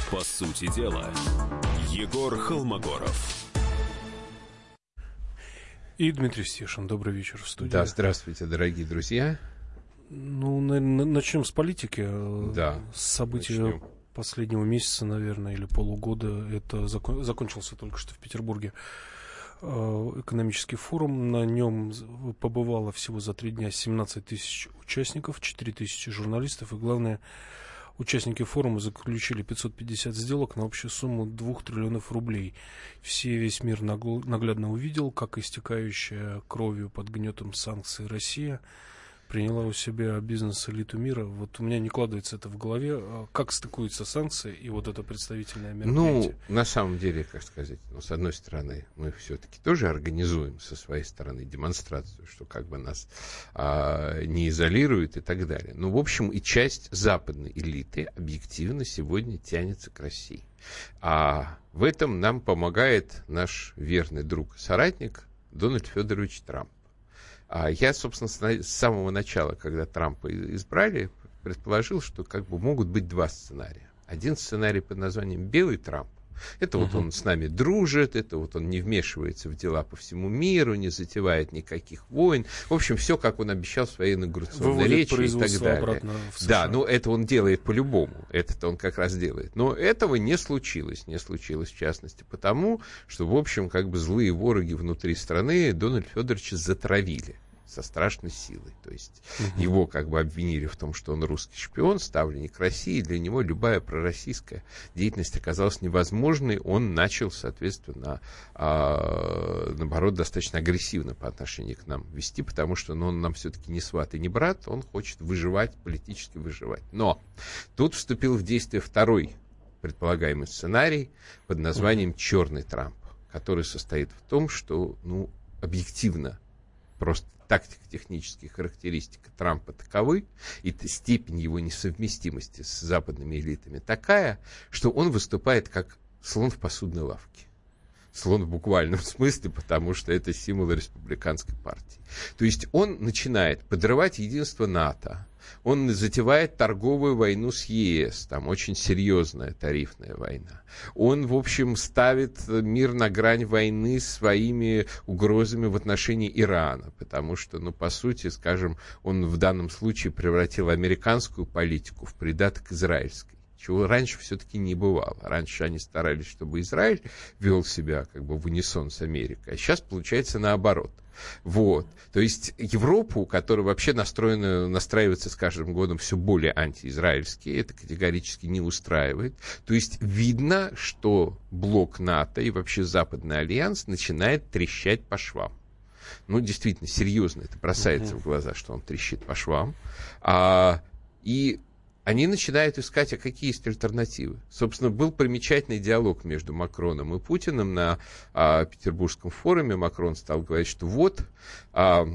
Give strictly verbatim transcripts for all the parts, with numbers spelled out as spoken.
По сути дела, Егор Холмогоров. И Дмитрий Стешин. Добрый вечер в студии. Да, здравствуйте, дорогие друзья. Ну, наверное, начнем с политики. Да. С событий начнем. Последнего месяца, наверное, или полугода. Это закон... закончился только что в Петербурге экономический форум. На нем побывало всего за три дня семнадцать тысяч участников, четыре тысячи журналистов. И главное, участники форума заключили пятьсот пятьдесят сделок на общую сумму двух триллионов рублей. Все, весь мир наглядно увидел, как истекающая кровью под гнетом санкций Россия приняла у себя бизнес-элиту мира. Вот у меня не кладывается это в голове. Как стыкуются санкции и вот это представительное мероприятие? Ну, на самом деле, как сказать, ну, с одной стороны, мы все-таки тоже организуем со своей стороны демонстрацию, что как бы нас а, не изолирует и так далее. Ну, в общем, и часть западной элиты объективно сегодня тянется к России. А в этом нам помогает наш верный друг и соратник Дональд Федорович Трамп. Я, собственно, с самого начала, когда Трампа избрали, предположил, что как бы могут быть два сценария. Один сценарий под названием «Белый Трамп». Это вот он с нами дружит, это вот он не вмешивается в дела по всему миру, не затевает никаких войн. В общем, все, как он обещал в своей инаугурационной Выводит речи и так далее. Да, но это он делает по-любому. Это-то он как раз делает. Но этого не случилось. Не случилось, в частности, потому, что, в общем, как бы злые вороги внутри страны Дональда Федоровича затравили со страшной силой. То есть угу. его как бы обвинили в том, что он русский шпион, ставленник России. Для него любая пророссийская деятельность оказалась невозможной. Он начал, соответственно, э, наоборот, достаточно агрессивно по отношению к нам вести, потому что ну, он нам все-таки не сват и не брат, он хочет выживать, политически выживать. Но тут вступил в действие второй предполагаемый сценарий под названием угу. «Черный Трамп», который состоит в том, что, ну, объективно, просто тактико-технические характеристики Трампа таковы, и степень его несовместимости с западными элитами такая, что он выступает как слон в посудной лавке. Слон в буквальном смысле, потому что это символ республиканской партии. То есть он начинает подрывать единство НАТО, он затевает торговую войну с ЕС, там очень серьезная тарифная война. Он, в общем, ставит мир на грань войны своими угрозами в отношении Ирана, потому что, ну, по сути, скажем, он в данном случае превратил американскую политику в придаток израильской, чего раньше все-таки не бывало. Раньше они старались, чтобы Израиль вел себя как бы в унисон с Америкой, а сейчас получается наоборот. Вот. То есть Европу, которая вообще настроена, настраивается с каждым годом все более антиизраильски, это категорически не устраивает. То есть видно, что блок НАТО и вообще Западный альянс начинает трещать по швам. Ну, действительно, серьезно это бросается uh-huh. в глаза, что он трещит по швам. А, и они начинают искать, а какие есть альтернативы. Собственно, был примечательный диалог между Макроном и Путиным на а, Петербургском форуме. Макрон стал говорить, что вот а,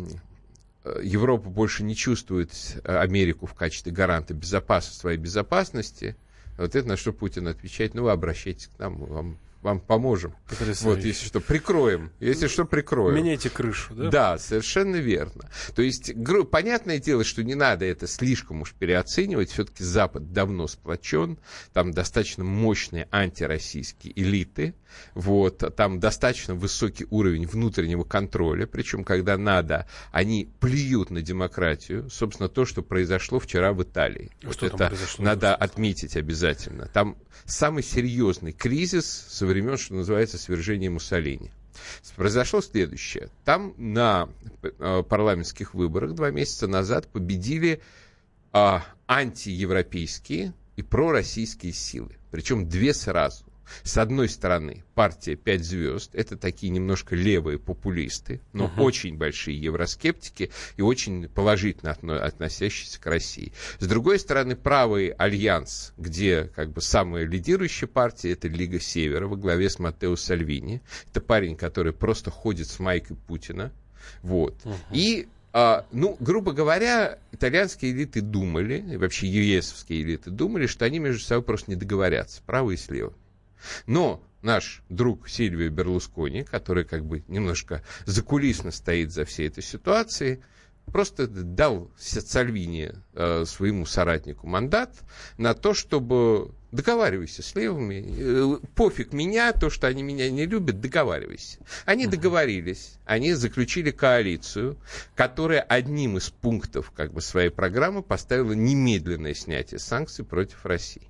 Европа больше не чувствует Америку в качестве гаранта безопасности, своей безопасности. Вот это на что Путин отвечает: ну вы обращайтесь к нам, мы вам вам поможем. Вот, если что, прикроем. Если что, прикроем. Меняйте крышу, да? Да, совершенно верно. То есть, гру- понятное дело, что не надо это слишком уж переоценивать. Все-таки Запад давно сплочен. Там достаточно мощные антироссийские элиты. Вот, там достаточно высокий уровень внутреннего контроля. Причем, когда надо, они плюют на демократию. Собственно, то, что произошло вчера в Италии. А вот что это надо отметить обязательно. Там самый серьезный кризис со времен, что называется, свержения Муссолини. Произошло следующее. Там на э, парламентских выборах два месяца назад победили э, антиевропейские и пророссийские силы. Причем две сразу. С одной стороны, партия «Пять звезд» — это такие немножко левые популисты, но uh-huh. очень большие евроскептики и очень положительно относящиеся к России. С другой стороны, правый альянс, где как бы самая лидирующая партия — это Лига Севера во главе с Маттео Сальвини. Это парень, который просто ходит с майкой Путина. Вот. Uh-huh. И А, ну, грубо говоря, итальянские элиты думали, и вообще ЕСовские элиты думали, что они между собой просто не договорятся, право и слева. Но наш друг Сильвио Берлускони, который как бы немножко закулисно стоит за всей этой ситуацией, просто дал Сальвини, э, своему соратнику, мандат на то, чтобы договаривайся с левыми. Пофиг меня, то, что они меня не любят, договаривайся. Они договорились, они заключили коалицию, которая одним из пунктов как бы, своей программы поставила немедленное снятие санкций против России.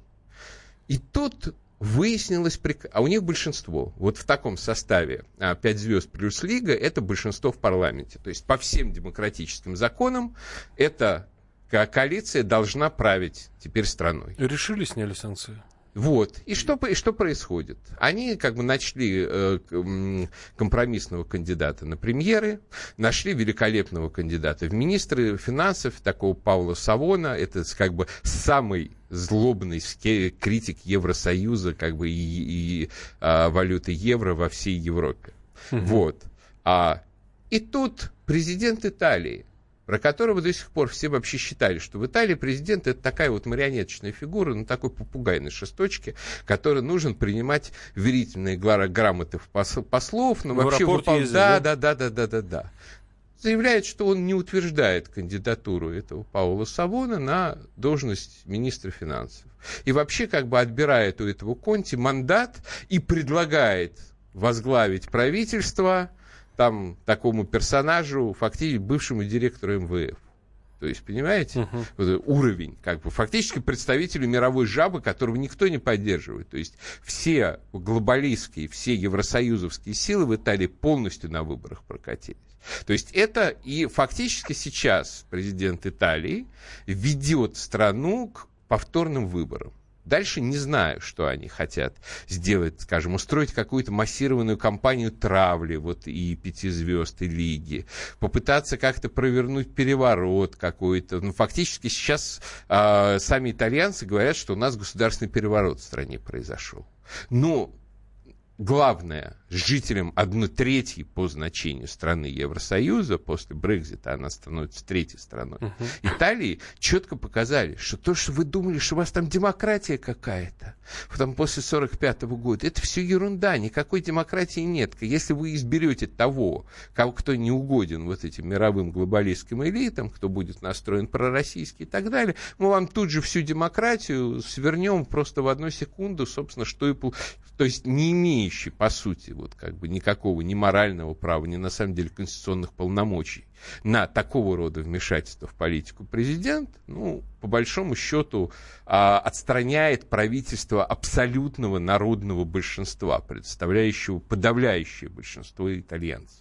И тут выяснилось, а у них большинство. Вот в таком составе пять звезд плюс Лига, это большинство в парламенте. То есть по всем демократическим законам это... коалиция должна править теперь страной. Решили, сняли санкции? Вот. И что, и что происходит? Они как бы нашли э, компромиссного кандидата на премьеры, нашли великолепного кандидата в министры финансов, такого Паула Савона. Это как бы самый злобный критик Евросоюза как бы, и, и а, валюты евро во всей Европе. Угу. Вот. А, и тут президент Италии, про которого до сих пор все вообще считали, что в Италии президент — это такая вот марионеточная фигура, ну, такой попугай на шесточке, который нужен принимать верительные грамоты послов, но вообще выпол... да, да, да, да, да, да, да. Заявляет, что он не утверждает кандидатуру этого Паула Савона на должность министра финансов. И вообще как бы отбирает у этого Конти мандат и предлагает возглавить правительство там такому персонажу, фактически бывшему директору эм вэ эф. То есть, понимаете, uh-huh. вот уровень, как бы, фактически представителю мировой жабы, которого никто не поддерживает. То есть все глобалистские, все евросоюзовские силы в Италии полностью на выборах прокатились. То есть это и фактически сейчас президент Италии ведет страну к повторным выборам. Дальше не знаю, что они хотят сделать, скажем, устроить какую-то массированную кампанию травли, вот и пяти звезд, и Лиги, попытаться как-то провернуть переворот какой-то. Ну, фактически сейчас э, сами итальянцы говорят, что у нас государственный переворот в стране произошел. Но главное, жителям одной трети по значению страны Евросоюза, после Брексита она становится третьей страной, uh-huh. Италии четко показали, что то, что вы думали, что у вас там демократия какая-то, потом после сорок пятого года, это все ерунда, никакой демократии нет. Если вы изберете того, кого, кто не угоден вот этим мировым глобалистским элитам, кто будет настроен пророссийский и так далее, мы вам тут же всю демократию свернем просто в одну секунду, собственно, что и... То есть не имеющий, по сути, вот как бы никакого ни морального права, ни на самом деле конституционных полномочий на такого рода вмешательство в политику президент, ну, по большому счету, а, отстраняет правительство абсолютного народного большинства, представляющего подавляющее большинство итальянцев.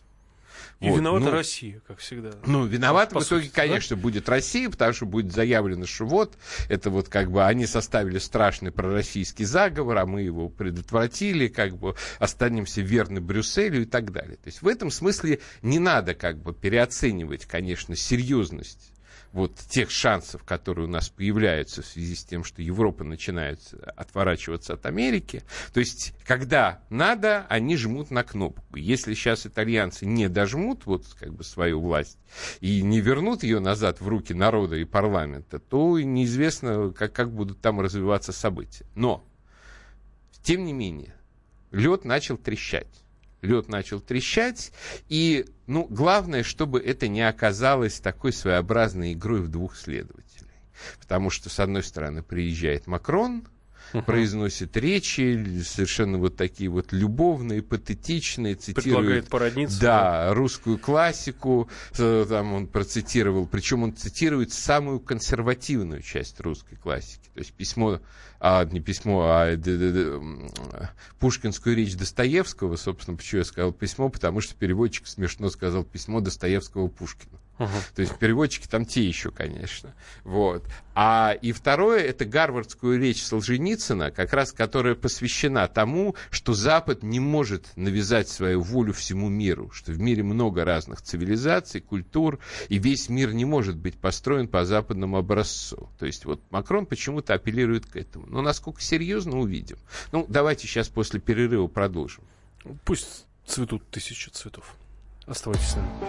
И вот, виновата ну, Россия, как всегда. Ну, виновата в итоге, сути, конечно, да? будет Россия, потому что будет заявлено, что вот, это вот как бы они составили страшный пророссийский заговор, а мы его предотвратили, как бы останемся верны Брюсселю и так далее. То есть в этом смысле не надо как бы переоценивать, конечно, серьезность вот тех шансов, которые у нас появляются в связи с тем, что Европа начинает отворачиваться от Америки. То есть, когда надо, они жмут на кнопку. Если сейчас итальянцы не дожмут вот, как бы, свою власть и не вернут ее назад в руки народа и парламента, то неизвестно, как, как будут там развиваться события. Но, тем не менее, лед начал трещать. Лед начал трещать, и, ну, главное, чтобы это не оказалось такой своеобразной игрой в двух следователей. Потому что, с одной стороны, приезжает Макрон, uh-huh. произносит речи, совершенно вот такие вот любовные, патетичные, цитирует... Предлагает породниться. Да, да, русскую классику, там он процитировал, причем он цитирует самую консервативную часть русской классики, то есть письмо... А, не письмо, а д- д- д- пушкинскую речь Достоевского, собственно, почему я сказал письмо, потому что переводчик смешно сказал письмо Достоевского Пушкину. Uh-huh. То есть переводчики там те еще, конечно. Вот. А и второе, это гарвардскую речь Солженицына, как раз которая посвящена тому, что Запад не может навязать свою волю всему миру, что в мире много разных цивилизаций, культур, и весь мир не может быть построен по западному образцу. То есть вот Макрон почему-то апеллирует к этому. Но насколько серьезно, увидим. Ну, давайте сейчас после перерыва продолжим. Пусть цветут тысячи цветов. Оставайтесь с нами.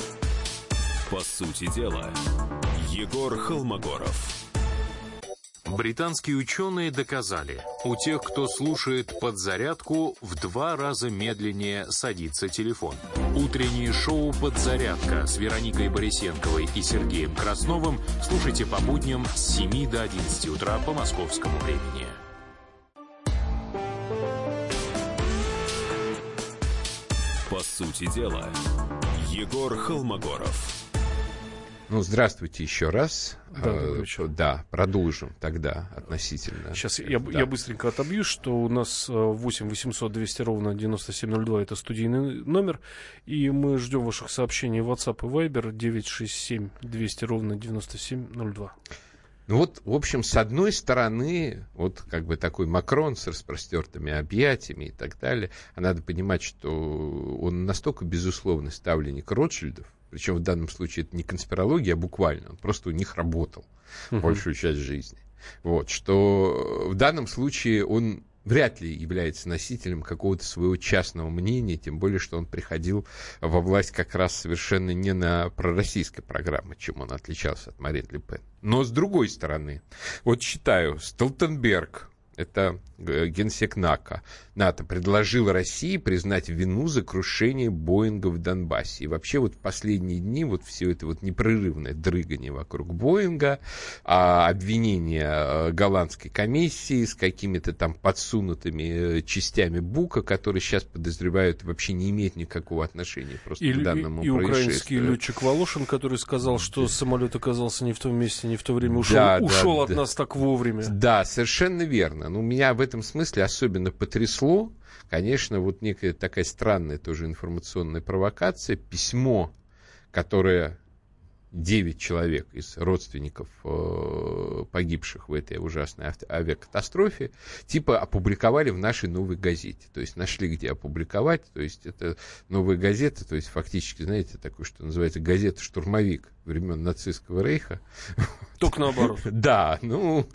По сути дела, Егор Холмогоров. Британские ученые доказали, у тех, кто слушает «Подзарядку», в два раза медленнее садится телефон. Утреннее шоу «Подзарядка» с Вероникой Борисенковой и Сергеем Красновым слушайте по будням с семи до одиннадцати утра по московскому времени. По сути дела, Егор Холмогоров. Ну, здравствуйте еще раз. Да, а, да, продолжим тогда относительно. Сейчас я, да. я быстренько отобью, что у нас восемь восемьсот двести ровно девяносто семь ноль два это студийный номер, и мы ждем ваших сообщений в WhatsApp и Viber девять шесть семь двести ровно девяносто семь ноль два. Ну вот, в общем, с одной стороны, вот как бы такой Макрон с распростертыми объятиями и так далее, а надо понимать, что он настолько безусловный ставленник Ротшильдов, причем в данном случае это не конспирология, а буквально, он просто у них работал uh-huh. большую часть жизни. Вот, что в данном случае он вряд ли является носителем какого-то своего частного мнения, тем более, что он приходил во власть как раз совершенно не на пророссийской программе, чем он отличался от Марин Ле Пен. Но с другой стороны, вот считаю, Столтенберг, это генсек НАТО, НАТО предложил России признать вину за крушение Боинга в Донбассе. И вообще вот в последние дни вот все это вот непрерывное дрыгание вокруг Боинга, а обвинение голландской комиссии с какими-то там подсунутыми частями Бука, которые сейчас подозревают, вообще не имеют никакого отношения просто и, к данному и, и происшествию. украинский летчик Волошин, который сказал, что самолет оказался не в том месте, не в то время, ушел, да, ушел да, от да. нас так вовремя. Да, совершенно верно. Но меня в этом смысле особенно потрясло, конечно, вот некая такая странная тоже информационная провокация, письмо, которое девять человек из родственников э, погибших в этой ужасной авто- авиакатастрофе типа опубликовали в нашей новой газете. То есть нашли, где опубликовать. То есть это новая газета, то есть фактически, знаете, такое, что называется газета-штурмовик времен нацистского рейха. Только наоборот. Да, ну,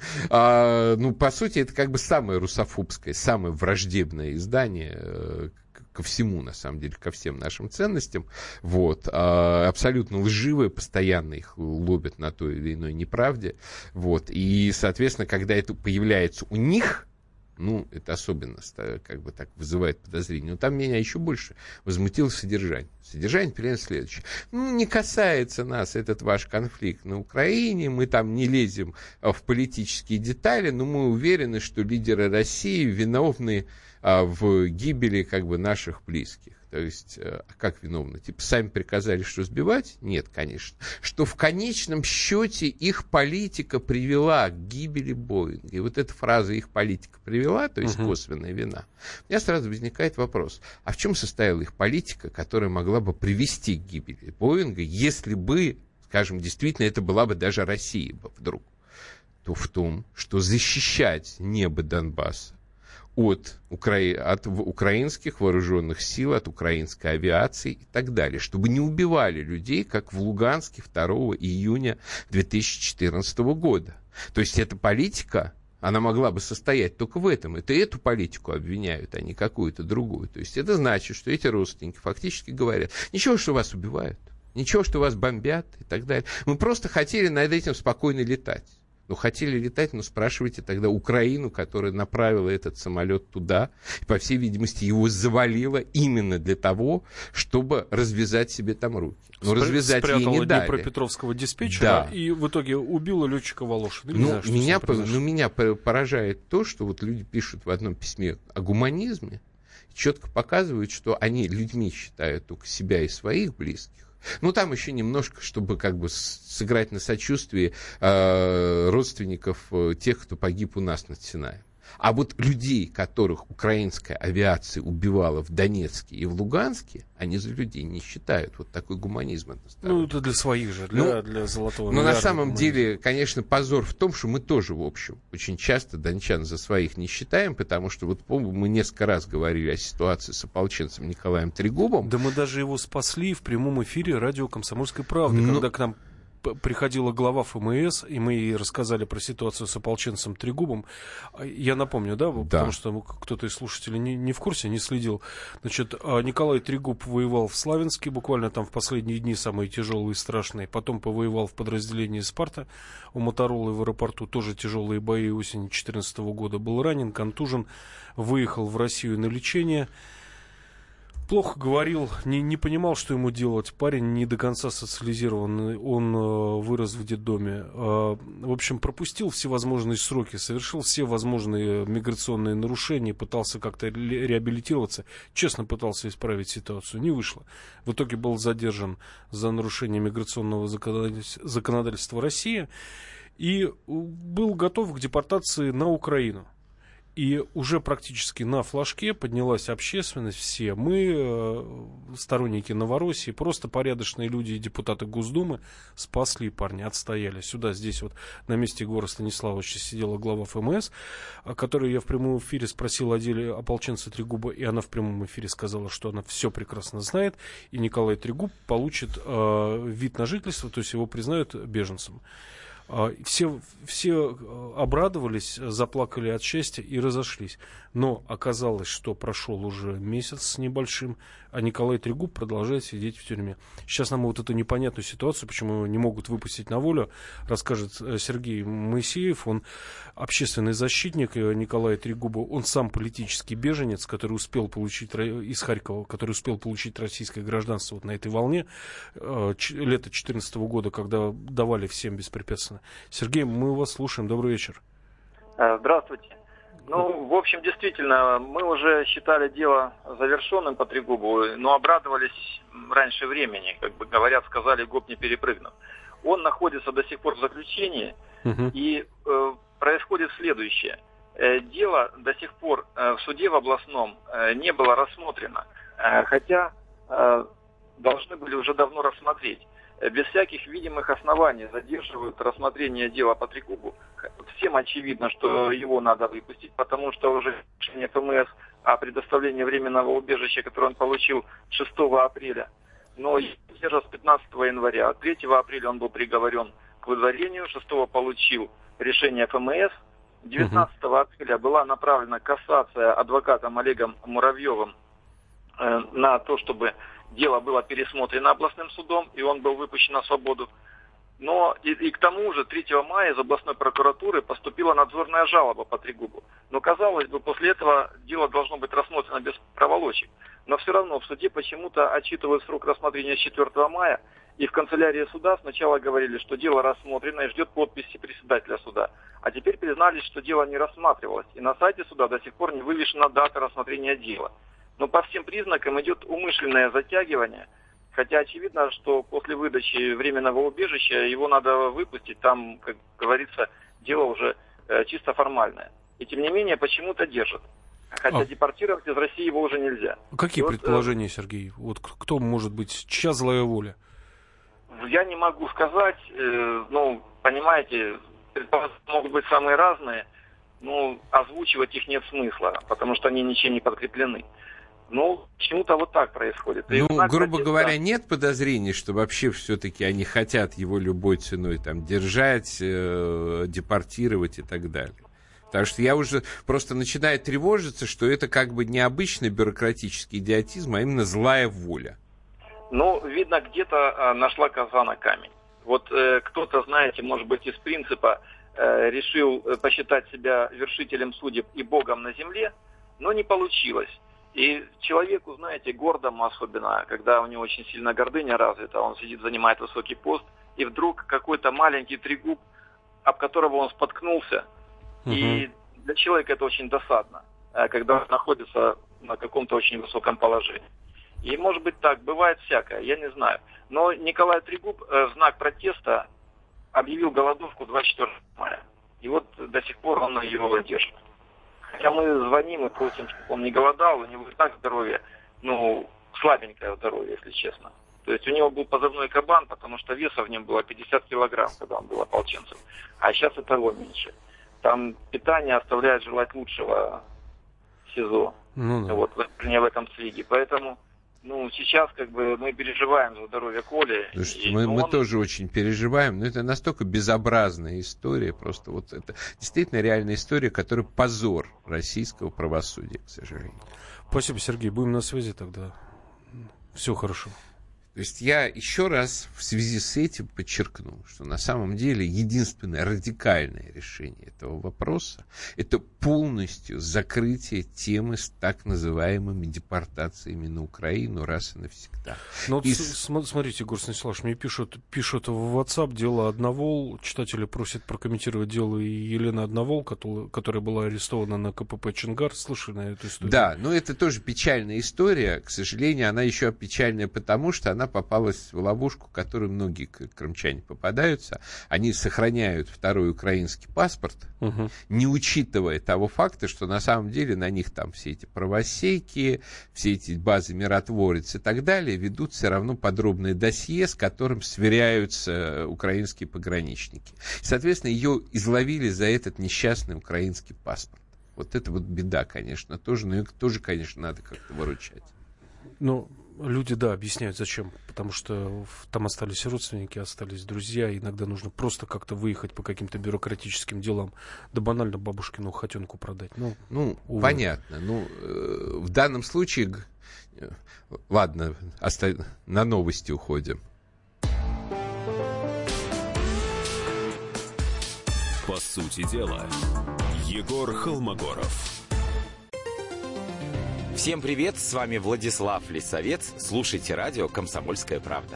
а, ну, по сути, это как бы самое русофобское, самое враждебное издание э, ко всему, на самом деле, ко всем нашим ценностям. Вот. А, абсолютно лживые, постоянно их лобят на той или иной неправде. Вот. И, соответственно, когда это появляется у них, ну, это особенно как бы так вызывает подозрение. Но там меня еще больше возмутило содержание. Содержание примерно следующее. Ну, не касается нас этот ваш конфликт на Украине, мы там не лезем в политические детали, но мы уверены, что лидеры России виновны а, в гибели как бы наших близких. То есть, а как виновны? Типа, сами приказали, что сбивать? Нет, конечно. Что в конечном счете их политика привела к гибели Боинга. И вот эта фраза «их политика привела», то есть uh-huh. косвенная вина, у меня сразу возникает вопрос, а в чем состояла их политика, которая могла бы привести к гибели Боинга, если бы, скажем, действительно это была бы даже Россия бы вдруг? То в том, что защищать небо Донбасса От, укра... от украинских вооруженных сил, от украинской авиации и так далее, чтобы не убивали людей, как в Луганске второго июня две тысячи четырнадцатого года. То есть эта политика, она могла бы состоять только в этом. Это эту политику обвиняют, а не какую-то другую. То есть это значит, что эти родственники фактически говорят, ничего, что вас убивают, ничего, что вас бомбят и так далее. Мы просто хотели над этим спокойно летать. Ну, хотели летать, но спрашивайте тогда Украину, которая направила этот самолет туда, и, по всей видимости, его завалила именно для того, чтобы развязать себе там руки. Но Спр- развязать ей не дали. Спрятала Днепропетровского диспетчера, да. И в итоге убила летчика Волошина. Ну, знаю, меня, по, ну, меня поражает то, что вот люди пишут в одном письме о гуманизме, четко показывают, что они людьми считают только себя и своих близких. Ну, там еще немножко, чтобы как бы сыграть на сочувствии э, родственников э, тех, кто погиб у нас над Синаем. А вот людей, которых украинская авиация убивала в Донецке и в Луганске, они за людей не считают. Вот такой гуманизм это ставит. Ну, это для своих же, для, ну, для золотого. Но на самом гуманизма. Деле, конечно, позор в том, что мы тоже, в общем, очень часто дончан за своих не считаем, потому что, вот помню, мы несколько раз говорили о ситуации с ополченцем Николаем Трегубом. Да мы даже его спасли в прямом эфире радио «Комсомольской правды», но... когда к нам приходила глава эф эм эс, и мы ей рассказали про ситуацию с ополченцем Трегубом. Я напомню, да, да. Потому что кто-то из слушателей не, не в курсе, не следил. Значит, Николай Трегуб воевал в Славянске, буквально там в последние дни самые тяжелые и страшные. Потом повоевал в подразделении «Спарта» у Моторолы в аэропорту. Тоже тяжелые бои осенью две тысячи четырнадцатого года. Был ранен, контужен, выехал в Россию на лечение. Плохо говорил, не, не понимал, что ему делать. Парень не до конца социализирован, он э, вырос в детдоме. Э, в общем, пропустил всевозможные сроки, совершил все возможные миграционные нарушения, пытался как-то ре- реабилитироваться. Честно пытался исправить ситуацию, не вышло. В итоге был задержан за нарушение миграционного законодательства, законодательства России и был готов к депортации на Украину. И уже практически на флажке поднялась общественность, все мы, э, сторонники Новороссии, просто порядочные люди и депутаты Госдумы спасли парня, отстояли. Сюда, здесь вот на месте Егора Станиславовича сидела глава эф эм эс, которую я в прямом эфире спросил о деле ополченца Трегуба, и она в прямом эфире сказала, что она все прекрасно знает, и Николай Трегуб получит э, вид на жительство, то есть его признают беженцем. Все, все обрадовались, заплакали от счастья и разошлись. Но оказалось, что прошел уже месяц с небольшим, а Николай Трегуб продолжает сидеть в тюрьме. Сейчас нам вот эту непонятную ситуацию, почему его не могут выпустить на волю, расскажет Сергей Моисеев. Он общественный защитник Николая Трегуба. Он сам политический беженец, который успел получить из Харькова, который успел получить российское гражданство вот на этой волне лета две тысячи четырнадцатого года, когда давали всем беспрепятственно. Сергей, мы вас слушаем. Добрый вечер. Здравствуйте. Ну, в общем, действительно, мы уже считали дело завершенным по Трегубу, но обрадовались раньше времени, как бы говорят, сказали, гоп не перепрыгнув. Он находится до сих пор в заключении, uh-huh. и э, происходит следующее. Э, дело до сих пор э, в суде в областном э, не было рассмотрено, э, хотя э, должны были уже давно рассмотреть. Без всяких видимых оснований задерживают рассмотрение дела по Трегубу. Всем очевидно, что его надо выпустить, потому что уже решение эф эм эс о предоставлении временного убежища, которое он получил шестого апреля, но с пятнадцатого января, третьего апреля он был приговорен к выдворению, шестого получил решение эф эм эс, девятнадцатого апреля была направлена кассация адвокатом Олегом Муравьевым э, на то, чтобы дело было пересмотрено областным судом, и он был выпущен на свободу. Но и, и к тому же третьего мая из областной прокуратуры поступила надзорная жалоба по Трегубу. Но, казалось бы, после этого дело должно быть рассмотрено без проволочек. Но все равно в суде почему-то отчитывают срок рассмотрения с четвёртого мая, и в канцелярии суда сначала говорили, что дело рассмотрено и ждет подписи председателя суда. А теперь признались, что дело не рассматривалось, и на сайте суда до сих пор не вывешена дата рассмотрения дела. Но по всем признакам идет умышленное затягивание, хотя очевидно, что после выдачи временного убежища его надо выпустить, там, как говорится, дело уже э, чисто формальное. И тем не менее почему-то держат. Хотя а. депортировать из России его уже нельзя. Какие и предположения, вот, Сергей? Вот кто может быть, чья злая воля? Я не могу сказать, э, ну, понимаете, предположения могут быть самые разные, но озвучивать их нет смысла, потому что они ничем не подкреплены. Ну, почему-то вот так происходит. И ну, грубо протеста... говоря, нет подозрений, что вообще все-таки они хотят его любой ценой там держать, э, депортировать и так далее. Потому что я уже просто начинаю тревожиться, что это как бы не обычный бюрократический идиотизм, а именно злая воля. Ну, видно, где-то э, нашла коза на камень. Вот э, кто-то, знаете, может быть, из принципа э, решил посчитать себя вершителем судеб и богом на земле, но не получилось. И человеку, знаете, гордому особенно, когда у него очень сильно гордыня развита, он сидит, занимает высокий пост, и вдруг какой-то маленький Трегуб, об которого он споткнулся, угу. и для человека это очень досадно, когда он находится на каком-то очень высоком положении. И может быть так, бывает всякое, я не знаю. Но Николай Трегуб в знак протеста объявил голодовку двадцать четвёртого мая. И вот до сих пор он ее держит. Хотя мы звоним и просим, чтобы он не голодал, у него и так здоровье, ну, слабенькое здоровье, если честно. То есть у него был позывной кабан, потому что веса в нем было пятьдесят килограмм, когда он был ополченцем. А сейчас и того меньше. Там питание оставляет желать лучшего СИЗО. Ну, да. Вот, не в этом свиге. Поэтому ну, сейчас как бы мы переживаем за здоровье Коли. Слушайте, и, мы, мы он... тоже очень переживаем, но это настолько безобразная история, просто вот это действительно реальная история, которая позор российского правосудия, к сожалению. Спасибо, Сергей, будем на связи тогда. Все хорошо. То есть я еще раз в связи с этим подчеркну, что на самом деле единственное радикальное решение этого вопроса — это полностью закрытие темы с так называемыми депортациями на Украину раз и навсегда. Ну, и... вот смотрите, Егор Станиславович, мне пишут, пишут в WhatsApp дело Одновол, читатели просят прокомментировать дело Елены Одновол, которая, которая была арестована на КПП Чингар. Слышали на эту историю? Да, но это тоже печальная история. К сожалению, она еще печальная потому, что она попалась в ловушку, в которую многие крымчане попадаются. Они сохраняют второй украинский паспорт, угу. не учитывая того факта, что на самом деле на них там все эти правосейки, все эти базы миротворец и так далее ведут все равно подробное досье, с которым сверяются украинские пограничники. Соответственно, ее изловили за этот несчастный украинский паспорт. Вот это вот беда, конечно, тоже, но ее тоже, конечно, надо как-то выручать. Ну, люди, да, объясняют, зачем. Потому что там остались родственники, остались друзья. Иногда нужно просто как-то выехать по каким-то бюрократическим делам. Да банально бабушкину хотенку продать. Ну, ну понятно. Ну, э, в данном случае... Э, ладно, оста... на новости уходим. По сути дела, Егор Холмогоров. Всем привет, с вами Владислав Лисовец. Слушайте радио «Комсомольская правда».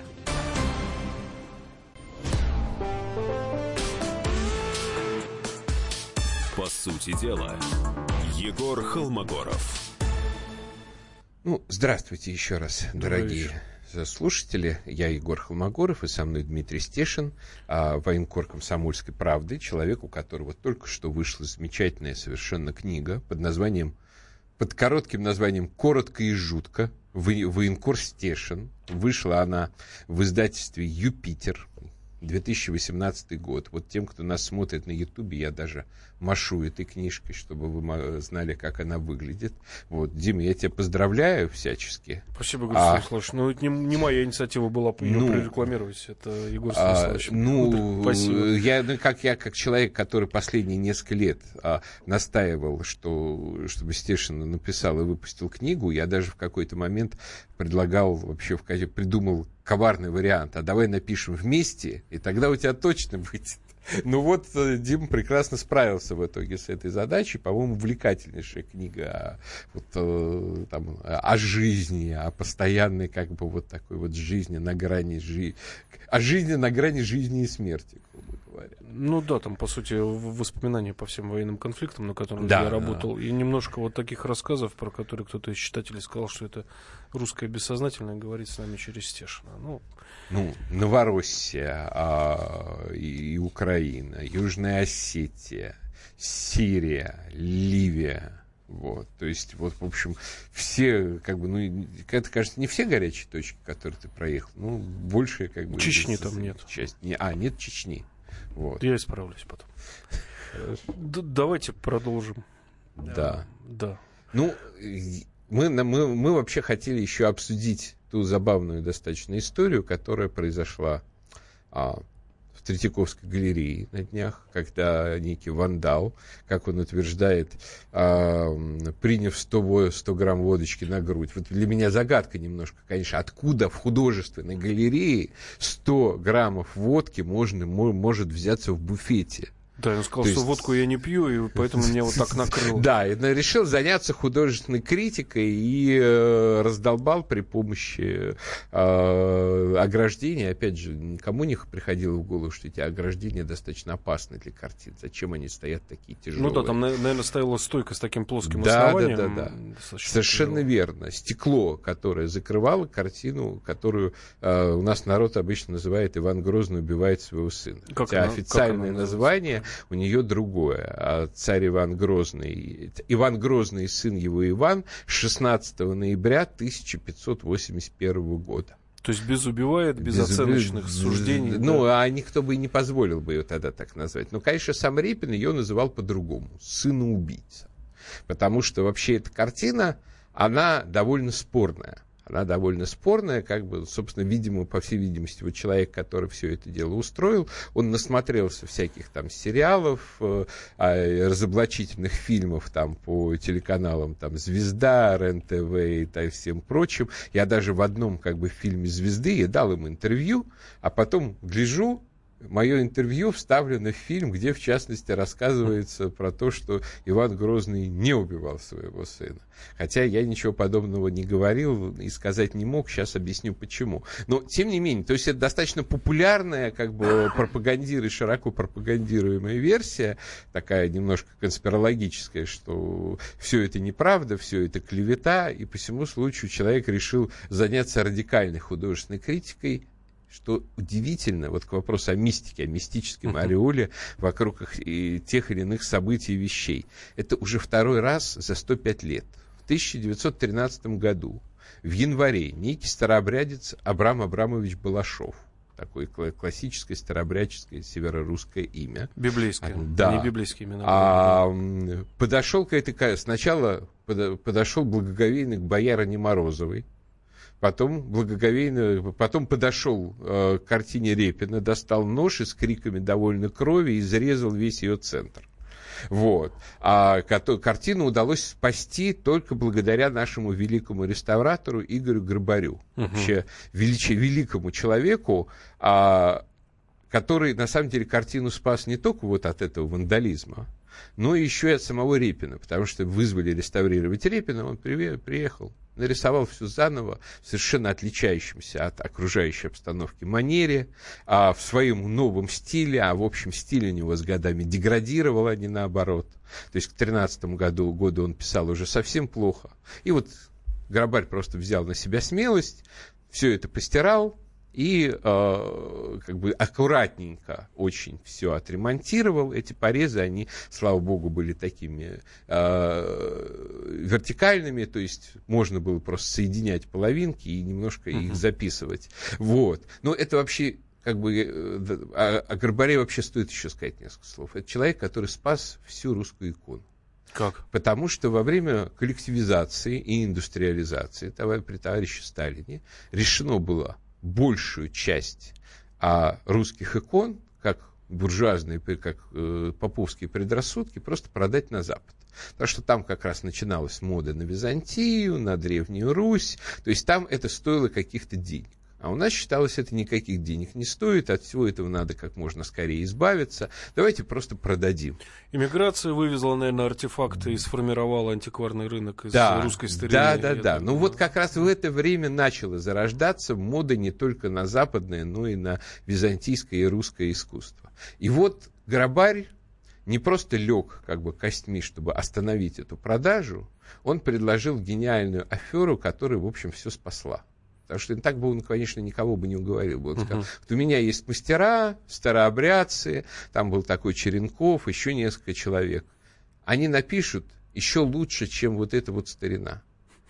По сути дела, Егор Холмогоров. Ну, здравствуйте еще раз, дорогие слушатели. Я Егор Холмогоров, и со мной Дмитрий Стешин, военкор «Комсомольской правды», человек, у которого только что вышла замечательная совершенно книга под названием под коротким названием «Коротко и жутко», военкор Стешин. Вышла она в издательстве «Юпитер», две тысячи восемнадцатый год. Вот тем, кто нас смотрит на Ютубе, я даже машу этой книжкой, чтобы вы знали, как она выглядит. Вот, Дима, я тебя поздравляю всячески. Спасибо, Егор а, Станиславович. Ну, это не, не моя инициатива была ее ну, прорекламировать. Это Егор Станиславович. А, ну, Спасибо. Я, ну, как я, как человек, который последние несколько лет а, настаивал, что, чтобы Стешин написал и выпустил книгу, я даже в какой-то момент предлагал, вообще в, придумал коварный вариант. А давай напишем вместе, и тогда у тебя точно выйдет. Ну вот, Дима прекрасно справился в итоге с этой задачей. По-моему, увлекательнейшая книга вот, там, о жизни, о постоянной как бы вот такой вот жизни на грани жизни, о жизни на грани жизни и смерти, грубо говоря. Ну да, там, по сути, воспоминания по всем военным конфликтам, на которых да, я работал, да. И немножко вот таких рассказов, про которые кто-то из читателей сказал, что это русское бессознательное, говорит с нами через Стешина. Ну, ну Новороссия, а, и, и Украина, Южная Осетия, Сирия, Ливия. Вот, то есть, вот, в общем, все, как бы, ну, это, кажется, не все горячие точки, которые ты проехал, ну, большая, как бы... Чечни там нет. Часть. А, нет Чечни. Вот. Я исправлюсь потом. Д- давайте продолжим. Да. Да. Ну, мы, мы, мы вообще хотели еще обсудить ту забавную достаточно историю, которая произошла а, в Третьяковской галерее на днях, когда некий вандал, как он утверждает, а, приняв сто, сто грамм водочки на грудь. Вот для меня загадка немножко, конечно, откуда в художественной галерее сто граммов водки можно, может взяться в буфете. Да, он сказал, То что есть... водку я не пью, и поэтому меня вот так накрыло. Да, и решил заняться художественной критикой и э, раздолбал при помощи э, ограждения. Опять же, никому не приходило в голову, что эти ограждения достаточно опасны для картин. Зачем они стоят такие тяжелые? Ну да, там, наверное, стояла стойка с таким плоским да, основанием. Да, да, да. Совершенно тяжело. Верно. Стекло, которое закрывало картину, которую э, у нас народ обычно называет «Иван Грозный убивает своего сына». Как Хотя она, официальное как название у нее другое. А царь Иван Грозный, Иван Грозный и сын его Иван, шестнадцатого ноября тысяча пятьсот восемьдесят первого года. То есть без убивает, без, без оценочных без, суждений. Ну, да. А никто бы и не позволил бы ее тогда так назвать. Но, конечно, сам Репин ее называл по-другому. Сына-убийца. Потому что вообще эта картина, она довольно спорная. Она довольно спорная, как бы, собственно, видимо, по всей видимости, вот человек, который все это дело устроил, он насмотрелся всяких там сериалов, э, разоблачительных фильмов там по телеканалам там «Звезда», РЕН-ТВ и так, всем прочим. Я даже в одном как бы фильме «Звезды» я дал им интервью, а потом гляжу, мое интервью вставлено в фильм, где, в частности, рассказывается про то, что Иван Грозный не убивал своего сына. Хотя я ничего подобного не говорил и сказать не мог, сейчас объясню почему. Но, тем не менее, то есть это достаточно популярная, как бы, пропагандируемая, широко пропагандируемая версия, такая немножко конспирологическая, что все это неправда, все это клевета, и по всему случаю человек решил заняться радикальной художественной критикой, что удивительно, вот к вопросу о мистике, о мистическом ореоле вокруг их, и тех или иных событий и вещей. Это уже второй раз за сто пять лет. В тысяча девятьсот тринадцатом году, в январе, некий старообрядец Абрам Абрамович Балашов, такое классическое старообрядческое северорусское имя. Библейское, да. не библейские имена. А, подошел к этой, сначала подошел благоговейно к боярине Морозовой, Потом благоговейно, потом подошел э, к картине Репина, достал нож и с криками довольно крови изрезал весь ее центр. Вот. А картину удалось спасти только благодаря нашему великому реставратору Игорю Грабарю. Угу. Вообще велич, великому человеку, а, который на самом деле картину спас не только вот от этого вандализма, но еще и от самого Репина, потому что вызвали реставрировать Репина, он приехал, нарисовал все заново, в совершенно отличающемся от окружающей обстановки манере, а в своем новом стиле, а в общем стиль у него с годами деградировал, а не наоборот. То есть к тринадцатому году, году он писал уже совсем плохо. И вот Грабарь просто взял на себя смелость, все это постирал, и э, как бы аккуратненько очень все отремонтировал. Эти порезы, они, слава богу, были такими э, вертикальными, то есть можно было просто соединять половинки и немножко uh-huh. их записывать. Вот. Но это вообще, как бы, о, о Грабаре вообще стоит еще сказать несколько слов. Это человек, который спас всю русскую икону. Как? Потому что во время коллективизации и индустриализации при товарище Сталине решено было большую часть а, русских икон, как буржуазные, как э, поповские предрассудки, просто продать на Запад. Потому что там как раз начиналась мода на Византию, на Древнюю Русь, то есть там это стоило каких-то денег. А у нас считалось, это никаких денег не стоит, от всего этого надо как можно скорее избавиться. Давайте просто продадим. Иммиграция вывезла, наверное, артефакты и сформировала антикварный рынок из да, русской старины. Да, да, да. Ну вот как раз в это время начала зарождаться мода не только на западное, но и на византийское и русское искусство. И вот Грабарь не просто лег как бы костьми, чтобы остановить эту продажу, он предложил гениальную аферу, которая, в общем, все спасла. Потому что так бы он, конечно, никого бы не уговорил. Бы. Он uh-huh. сказал, что у меня есть мастера, старообрядцы, там был такой Черенков, еще несколько человек. Они напишут еще лучше, чем вот эта вот старина.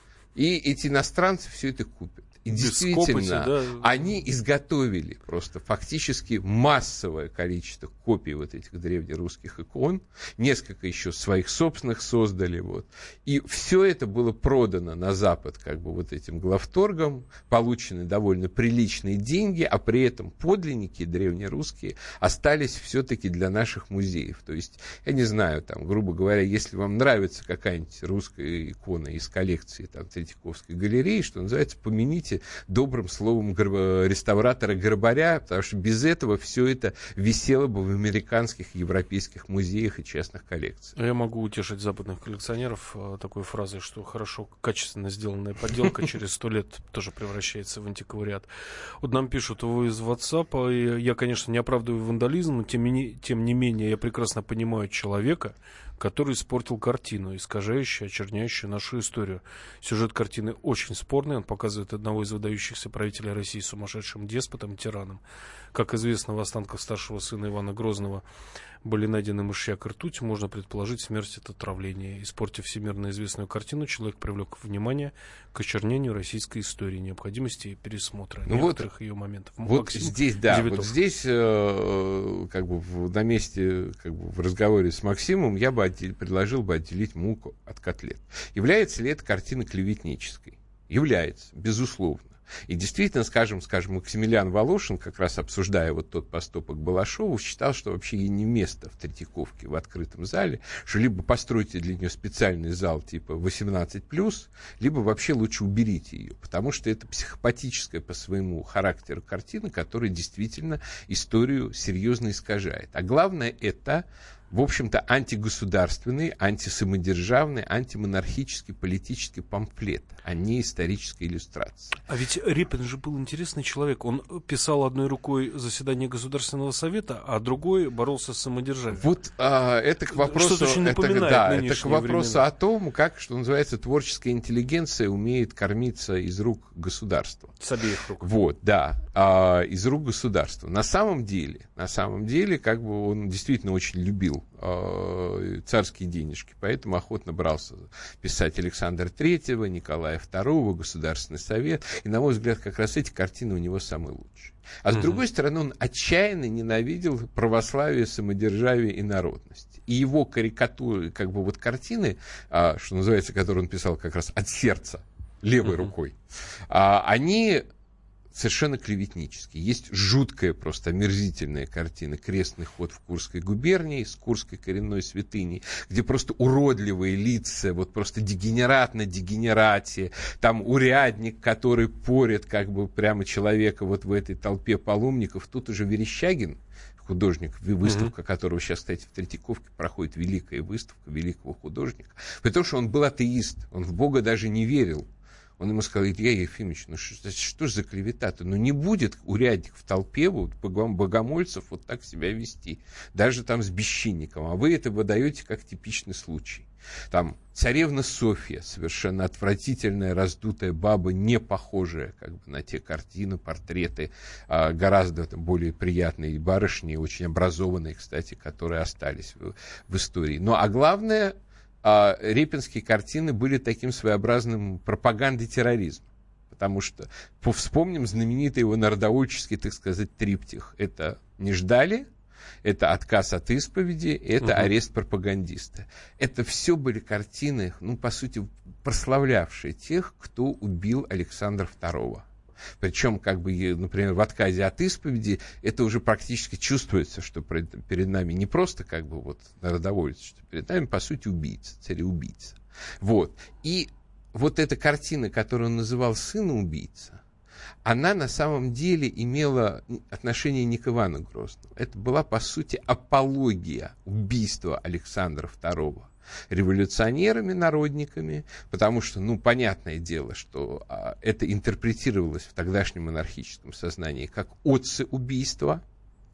И эти иностранцы все это купят. И без действительно, копоти, да. Они изготовили просто фактически массовое количество копий вот этих древнерусских икон, несколько еще своих собственных создали, вот. И все это было продано на Запад как бы вот этим главторгом, получены довольно приличные деньги, а при этом подлинники древнерусские остались все-таки для наших музеев. То есть, я не знаю, там, грубо говоря, если вам нравится какая-нибудь русская икона из коллекции там, Третьяковской галереи, что называется, помяните добрым словом реставратора Грабаря, потому что без этого все это висело бы в американских, европейских музеях и частных коллекциях. Я могу утешить западных коллекционеров такой фразой, что хорошо, качественно сделанная подделка через сто лет тоже превращается в антиквариат. Вот нам пишут вы из WhatsApp, и я, конечно, не оправдываю вандализм, но тем не, тем не менее я прекрасно понимаю человека, который испортил картину, искажающую, очерняющую нашу историю. Сюжет картины очень спорный, он показывает одного из выдающихся правителей России сумасшедшим деспотом, тираном. Как известно, в останках старшего сына Ивана Грозного были найдены мышьяк и ртуть, можно предположить смерть от отравления. Испортив всемирно известную картину, человек привлек внимание к очернению российской истории, необходимости пересмотра ну некоторых вот, ее моментов. Вот Максим здесь, да, Девятов. Вот здесь, э, как бы в, на месте, как бы в разговоре с Максимом, я бы отдел, предложил бы отделить муку от котлет. Является ли эта картина клеветнической? Является, безусловно. И действительно, скажем, скажем, Максимилиан Волошин, как раз обсуждая вот тот поступок Балашова, считал, что вообще ей не место в Третьяковке в открытом зале, что либо постройте для нее специальный зал типа восемнадцать плюс, либо вообще лучше уберите ее, потому что это психопатическая по своему характеру картина, которая действительно историю серьезно искажает. А главное, это, в общем-то, антигосударственный, антисамодержавный, антимонархический политический памфлет, а не историческая иллюстрация. А ведь Репин же был интересный человек. Он писал одной рукой заседание Государственного совета, а другой боролся с самодержавием. Вот а, это к вопросу, Что-то очень это, напоминает да, это к вопросу времена. О том, как, что называется, творческая интеллигенция умеет кормиться из рук государства. С обеих рук. Вот, да, а, из рук государства. На самом деле, на самом деле, как бы он действительно очень любил а, царские денежки, поэтому охотно брался писать Александра Третьего, Николая Второго, Государственный совет. И, на мой взгляд, как раз эти картины у него самые лучшие. А с угу. другой стороны, он отчаянно ненавидел православие, самодержавие и народность. И его карикатуры, как бы вот картины, а, что называется, которые он писал как раз от сердца, левой угу. рукой, а, они совершенно клеветнические. Есть жуткая, просто омерзительная картина «Крестный ход в Курской губернии» с Курской коренной святыней, где просто уродливые лица, вот просто дегенерат на дегенерате, там урядник, который порет как бы прямо человека вот в этой толпе паломников. Тут уже Верещагин, художник, выставка mm-hmm. которого сейчас, кстати, в Третьяковке проходит великая выставка великого художника, потому что он был атеист, он в Бога даже не верил. Он ему сказал: Илья Ефимович, ну что, что ж за клевета-то? Ну не будет урядник в толпе вот, богомольцев вот так себя вести, даже там с бесчинником, а вы это выдаете как типичный случай. Там царевна Софья, совершенно отвратительная, раздутая баба, не похожая как бы на те картины, портреты, а, гораздо там, более приятные барышни, очень образованные, кстати, которые остались в, в истории. Ну а главное... А репинские картины были таким своеобразным пропагандой терроризма. Потому что, вспомним знаменитый его народовольческий, так сказать, триптих. Это «Не ждали», это «Отказ от исповеди», это угу. «Арест пропагандиста». Это все были картины, ну, по сути, прославлявшие тех, кто убил Александра Второго. Причем, как бы, например, в «Отказе от исповеди» это уже практически чувствуется, что перед нами не просто как бы вот народоволец, что перед нами, по сути, убийца, цареубийца. Вот. И вот эта картина, которую он называл «Сына убийца», она на самом деле имела отношение не к Ивану Грозному. Это была, по сути, апология убийства Александра Второго революционерами, народниками, потому что, ну, понятное дело, что а, это интерпретировалось в тогдашнем монархическом сознании как отцы-убийство,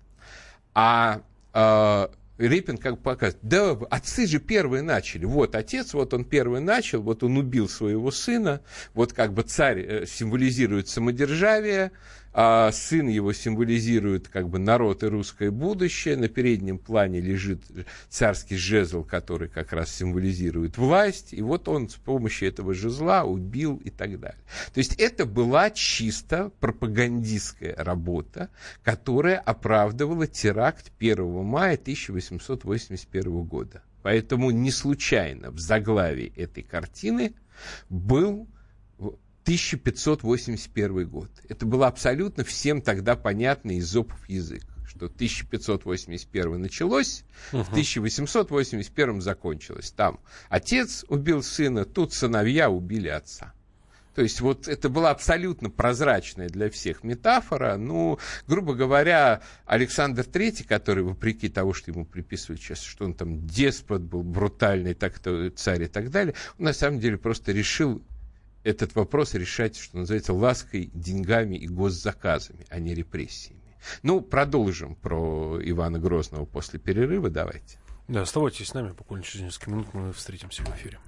а, а Репин как бы показывает: да, отцы же первые начали, вот отец, вот он первый начал, вот он убил своего сына, вот как бы царь символизирует самодержавие, а сын его символизирует как бы народ и русское будущее, на переднем плане лежит царский жезл, который как раз символизирует власть, и вот он с помощью этого жезла убил и так далее. То есть это была чисто пропагандистская работа, которая оправдывала теракт первого мая тысяча восемьсот восемьдесят первого года. Поэтому не случайно в заглавии этой картины был тысяча пятьсот восемьдесят первый год. Это было абсолютно всем тогда понятно из Эзопов язык, что тысяча пятьсот восемьдесят первый началось, uh-huh. в тысяча восемьсот восемьдесят первом закончилось. Там отец убил сына, тут сыновья убили отца. То есть вот это была абсолютно прозрачная для всех метафора. Ну, грубо говоря, Александр Третий, который, вопреки того, что ему приписывают сейчас, что он там деспот был, брутальный так-то, царь и так далее, он на самом деле просто решил этот вопрос решать, что называется, лаской, деньгами и госзаказами, а не репрессиями. Ну, продолжим про Ивана Грозного после перерыва, давайте. Да, оставайтесь с нами, буквально через несколько минут мы встретимся в эфире.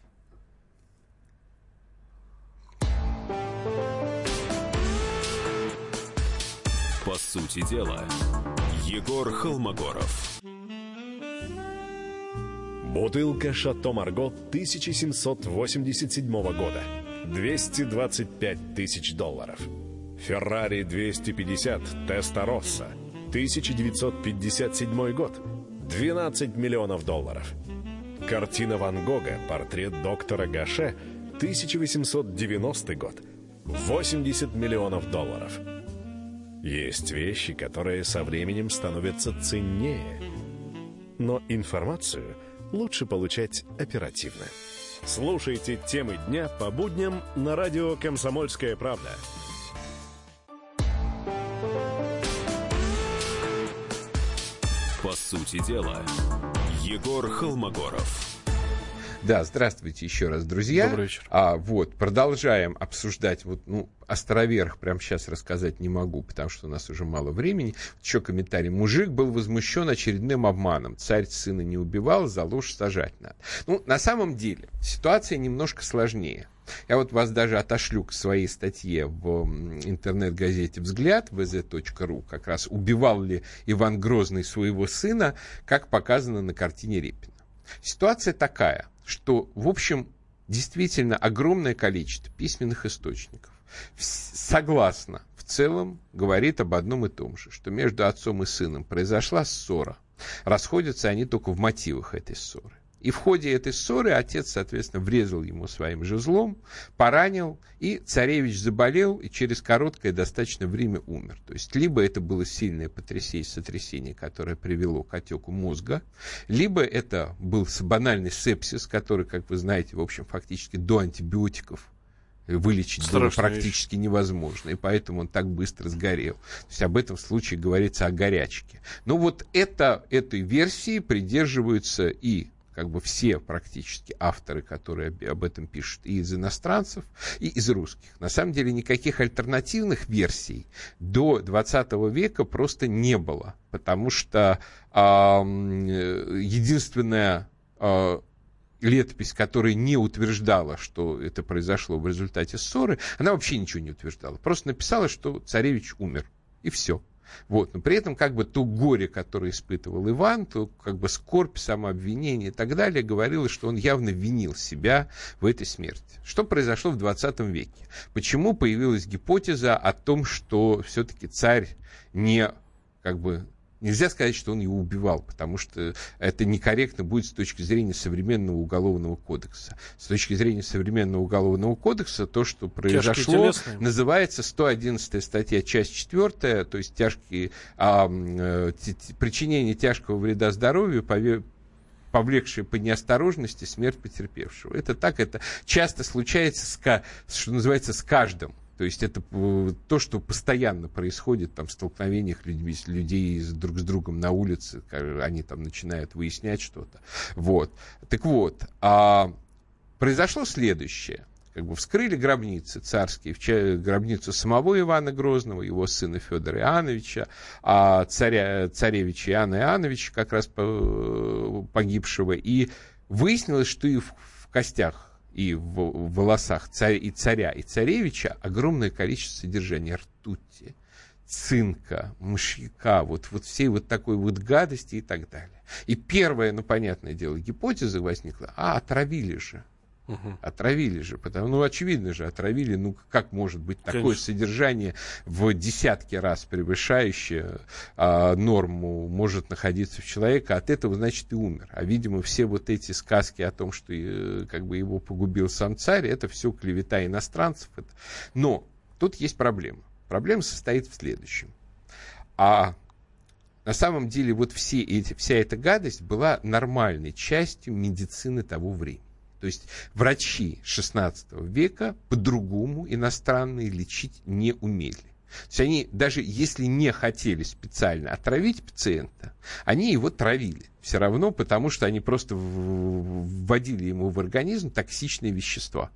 По сути дела, Егор Холмогоров. Бутылка «Шато Марго» тысяча семьсот восемьдесят седьмого года. двести двадцать пять тысяч долларов. «Феррари двести пятьдесят Теста-Росса» тысяча девятьсот пятьдесят седьмой год. двенадцать миллионов долларов. Картина Ван Гога «Портрет доктора Гаше» тысяча восемьсот девяностый год. восемьдесят миллионов долларов. Есть вещи, которые со временем становятся ценнее. Но информацию лучше получать оперативно. Слушайте темы дня по будням на радио «Комсомольская правда». По сути дела, Егор Холмогоров. Да, здравствуйте еще раз, друзья. Добрый вечер. А, вот, продолжаем обсуждать, вот, ну, островерх прямо сейчас рассказать не могу, потому что у нас уже мало времени. Еще комментарий. Мужик был возмущен очередным обманом. Царь сына не убивал, за ложь сажать надо. Ну, на самом деле, ситуация немножко сложнее. Я вот вас даже отошлю к своей статье в интернет-газете «Взгляд» вэ зэ точка ру, как раз «Убивал ли Иван Грозный своего сына?», как показано на картине Репина. Ситуация такая, что, в общем, действительно огромное количество письменных источников согласно, в целом, говорит об одном и том же, что между отцом и сыном произошла ссора. Расходятся они только в мотивах этой ссоры. И в ходе этой ссоры отец, соответственно, врезал ему своим жезлом, поранил, и царевич заболел, и через короткое достаточно время умер. То есть, либо это было сильное потрясение, сотрясение, которое привело к отеку мозга, либо это был банальный сепсис, который, как вы знаете, в общем, фактически до антибиотиков вылечить Страшная было практически вещь. невозможно, и поэтому он так быстро сгорел. То есть об этом случае говорится о горячке. Но вот это, этой версии придерживаются и как бы все практически авторы, которые об этом пишут, и из иностранцев, и из русских. На самом деле никаких альтернативных версий до двадцатого века просто не было, потому что э, единственная э, летопись, которая не утверждала, что это произошло в результате ссоры, она вообще ничего не утверждала. Просто написала, что царевич умер, и все. Вот. Но при этом как бы то горе, которое испытывал Иван, то как бы скорбь, самообвинение и так далее, говорилось, что он явно винил себя в этой смерти. Что произошло в двадцатом веке? Почему появилась гипотеза о том, что все-таки царь не как бы... Нельзя сказать, что он его убивал, потому что это некорректно будет с точки зрения современного уголовного кодекса. С точки зрения современного уголовного кодекса то, что произошло, называется сто одиннадцатая статья, часть четвертая, то есть тяжкие, а, т, т, причинение тяжкого вреда здоровью, пове, повлекшее по неосторожности смерть потерпевшего. Это так, это часто случается, с, что называется, с каждым. То есть это то, что постоянно происходит там, в столкновениях людьми, людей друг с другом на улице, они там начинают выяснять что-то. Вот. Так вот, а произошло следующее. Как бы вскрыли гробницы царские, в гробницу самого Ивана Грозного, его сына Федора Иоанновича, а царя, царевича Иоанна Иоанновича, как раз погибшего, и выяснилось, что и в, в костях, и в волосах царя, и царя, и царевича огромное количество содержания ртути, цинка, мышьяка, вот, вот всей вот такой вот гадости и так далее. И первая, ну, понятное дело, гипотеза возникла, а, отравили же. Угу. Отравили же, потому, ну, очевидно же, отравили, ну, как может быть такое Конечно. содержание в десятки раз превышающее а, норму может находиться в человеке, от этого, значит, и умер. А, видимо, все вот эти сказки о том, что как бы его погубил сам царь, это все клевета иностранцев. Это... Но тут есть проблема. Проблема состоит в следующем. А на самом деле вот все эти, вся эта гадость была нормальной частью медицины того времени. То есть врачи шестнадцатого века по-другому иностранные лечить не умели. То есть они, даже если не хотели специально отравить пациента, они его травили. Все равно, потому что они просто вводили ему в организм токсичные вещества.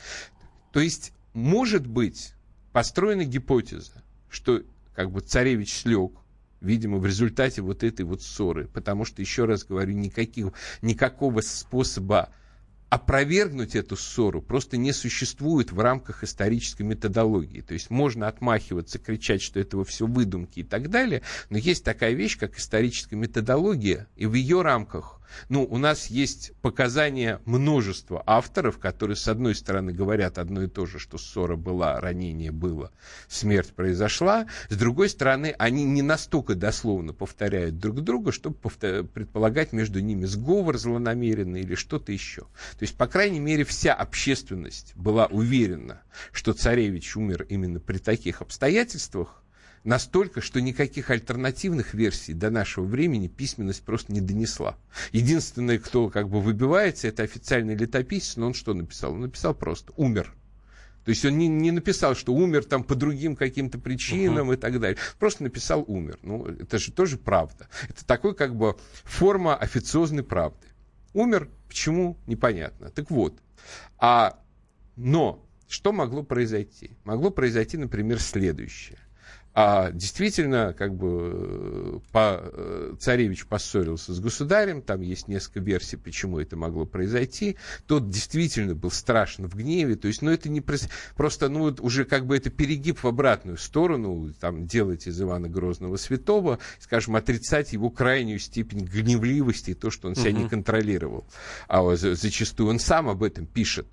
То есть, может быть, построена гипотеза, что как бы царевич слег, видимо, в результате вот этой вот ссоры, потому что, еще раз говорю, никаких, никакого способа опровергнуть эту ссору просто не существует в рамках исторической методологии. То есть можно отмахиваться, кричать, что это все выдумки и так далее, но есть такая вещь, как историческая методология, и в ее рамках Ну, у нас есть показания множества авторов, которые, с одной стороны, говорят одно и то же, что ссора была, ранение было, смерть произошла. С другой стороны, они не настолько дословно повторяют друг друга, чтобы повтор... предполагать между ними сговор злонамеренный или что-то еще. То есть, по крайней мере, вся общественность была уверена, что царевич умер именно при таких обстоятельствах, настолько, что никаких альтернативных версий до нашего времени письменность просто не донесла. Единственное, кто как бы выбивается, это официальный летописец, но он что написал? Он написал просто «умер». То есть он не, не написал, что умер там по другим каким-то причинам uh-huh. и так далее. Просто написал «умер». Ну, это же тоже правда. Это такой как бы форма официозной правды. Умер, почему, непонятно. Так вот, а, но что могло произойти? Могло произойти, например, следующее. А действительно, как бы по, царевич поссорился с государем, там есть несколько версий, почему это могло произойти. Тот действительно был страшно в гневе, то есть, ну, это не просто, ну, уже как бы это перегиб в обратную сторону, там, делать из Ивана Грозного святого, скажем, отрицать его крайнюю степень гневливости и то, что он себя uh-huh. не контролировал. А зачастую он сам об этом пишет.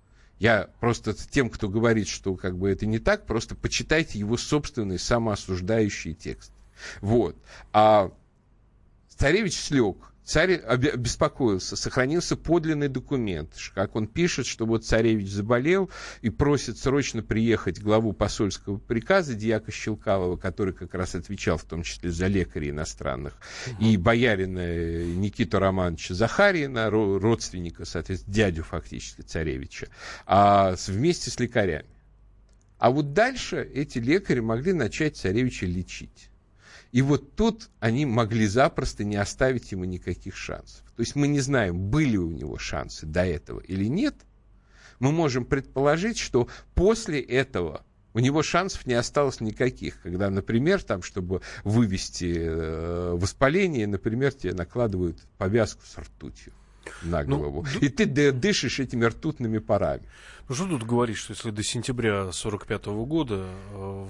Я просто тем, кто говорит, что как бы это не так, просто почитайте его собственный самоосуждающий текст. Вот. А царевич слег, царь обеспокоился, сохранился подлинный документ, как он пишет, что вот царевич заболел и просит срочно приехать главу посольского приказа дьяка Щелкалова, который как раз отвечал в том числе за лекарей иностранных, угу. и боярина Никиту Романовича Захарьина, родственника, соответственно, дядю фактически царевича, а вместе с лекарями. А вот дальше эти лекари могли начать царевича лечить. И вот тут они могли запросто не оставить ему никаких шансов. То есть мы не знаем, были у него шансы до этого или нет. Мы можем предположить, что после этого у него шансов не осталось никаких. Когда, например, там, чтобы вывести э, воспаление, например, тебе накладывают повязку с ртутью на голову. Ну, и ты дышишь этими ртутными парами. Ну что тут говорить, что если до сентября сорок пятого года э,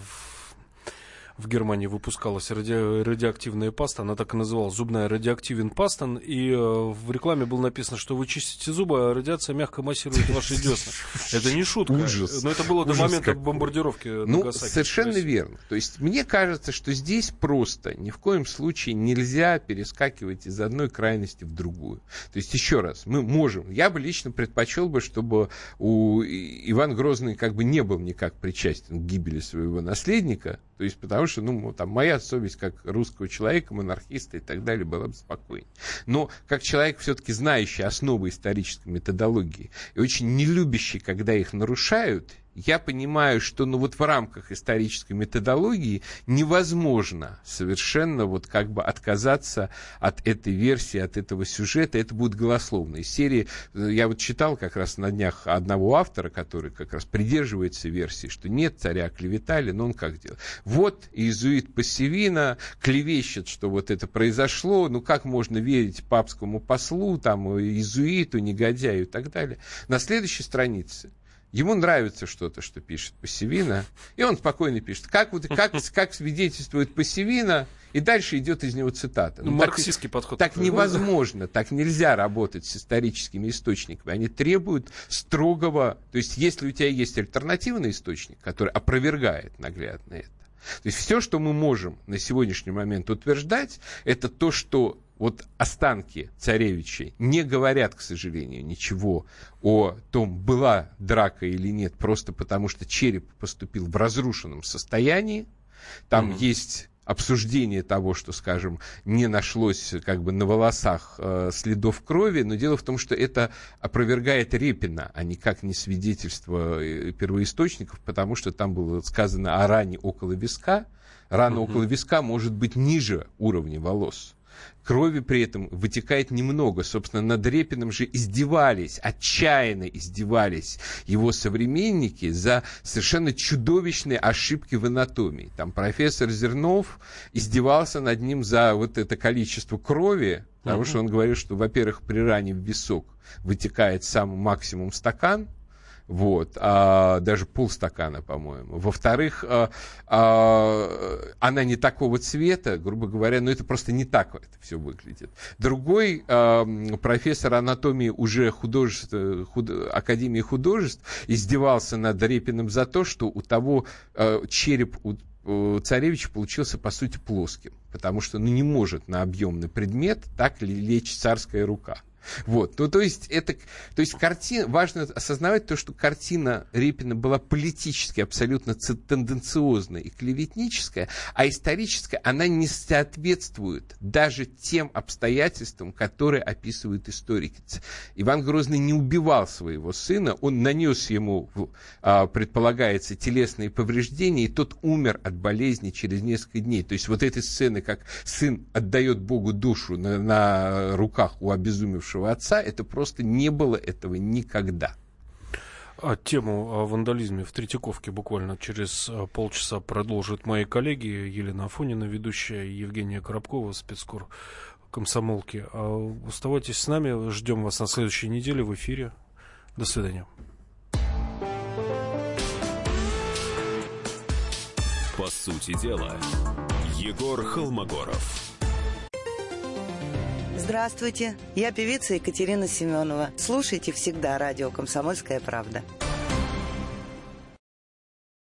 в Германии выпускалась ради... радиоактивная паста, она так и называлась, зубная радиоактивен паста, и э, в рекламе было написано, что вы чистите зубы, а радиация мягко массирует ваши десна. Это не шутка. Ужас. Но это было до момента бомбардировки Нагасаки. Ну, совершенно верно. То есть мне кажется, что здесь просто ни в коем случае нельзя перескакивать из одной крайности в другую. То есть, еще раз, мы можем, я бы лично предпочел бы, чтобы у Иван Грозный как бы не был никак причастен к гибели своего наследника, то есть потому что, ну, там, моя совесть как русского человека, монархиста и так далее была бы спокойнее. Но как человек, все-таки знающий основы исторической методологии и очень не любящий, когда их нарушают, я понимаю, что, ну, вот в рамках исторической методологии невозможно совершенно вот как бы отказаться от этой версии, от этого сюжета. Это будет голословно. Из серии, я вот читал как раз на днях одного автора, который как раз придерживается версии, что нет, царя оклеветали, но он как делал? Вот иезуит Пассивина клевещет, что вот это произошло, ну как можно верить папскому послу, там, иезуиту, негодяю и так далее. На следующей странице ему нравится что-то, что пишет Пассивина, и он спокойно пишет, как, вот, как, как свидетельствует Пассивина, и дальше идет из него цитата. Ну, ну, марксистский так, подход. Так невозможно, так нельзя работать с историческими источниками. Они требуют строгого... То есть, если у тебя есть альтернативный источник, который опровергает наглядно это, то есть, все, что мы можем на сегодняшний момент утверждать, это то, что вот останки царевичей не говорят, к сожалению, ничего о том, была драка или нет, просто потому что череп поступил в разрушенном состоянии. Там mm-hmm. есть обсуждение того, что, скажем, не нашлось как бы на волосах э, следов крови, но дело в том, что это опровергает Репина, а никак не свидетельство первоисточников, потому что там было сказано о ране около виска. Рана mm-hmm. около виска может быть ниже уровня волос. Крови при этом вытекает немного. Собственно, над Репиным же издевались, отчаянно издевались его современники за совершенно чудовищные ошибки в анатомии. Там профессор Зернов издевался над ним за вот это количество крови, потому mm-hmm. что он говорил, что, во-первых, при ране в висок вытекает сам максимум стакан, Вот, а, даже полстакана, по-моему. Во-вторых, а, а, она не такого цвета, грубо говоря, но это просто не так это все выглядит. Другой а, профессор анатомии уже художеств, худ... Академии художеств издевался над Репиным за то, что у того а, череп у царевич получился, по сути, плоским, потому что ну, не может на объемный предмет так лечь царская рука. Вот, ну то есть это, то есть картина, важно осознавать то, что картина Репина была политически абсолютно тенденциозная и клеветническая, а историческая она не соответствует даже тем обстоятельствам, которые описывают историки. Иван Грозный не убивал своего сына, он нанес ему, предполагается, телесные повреждения, и тот умер от болезни через несколько дней. То есть вот этой сцены, как сын отдает Богу душу на, на руках у обезумевшего отца, это просто не было этого никогда. А тему о вандализме в Третьяковке буквально через полчаса продолжат мои коллеги Елена Афонина, ведущая, Евгения Коробкова, спецкор комсомолки. А оставайтесь с нами, ждем вас на следующей неделе в эфире. До свидания. По сути дела, Егор Холмогоров. Здравствуйте, я певица Екатерина Семенова. Слушайте всегда радио «Комсомольская правда».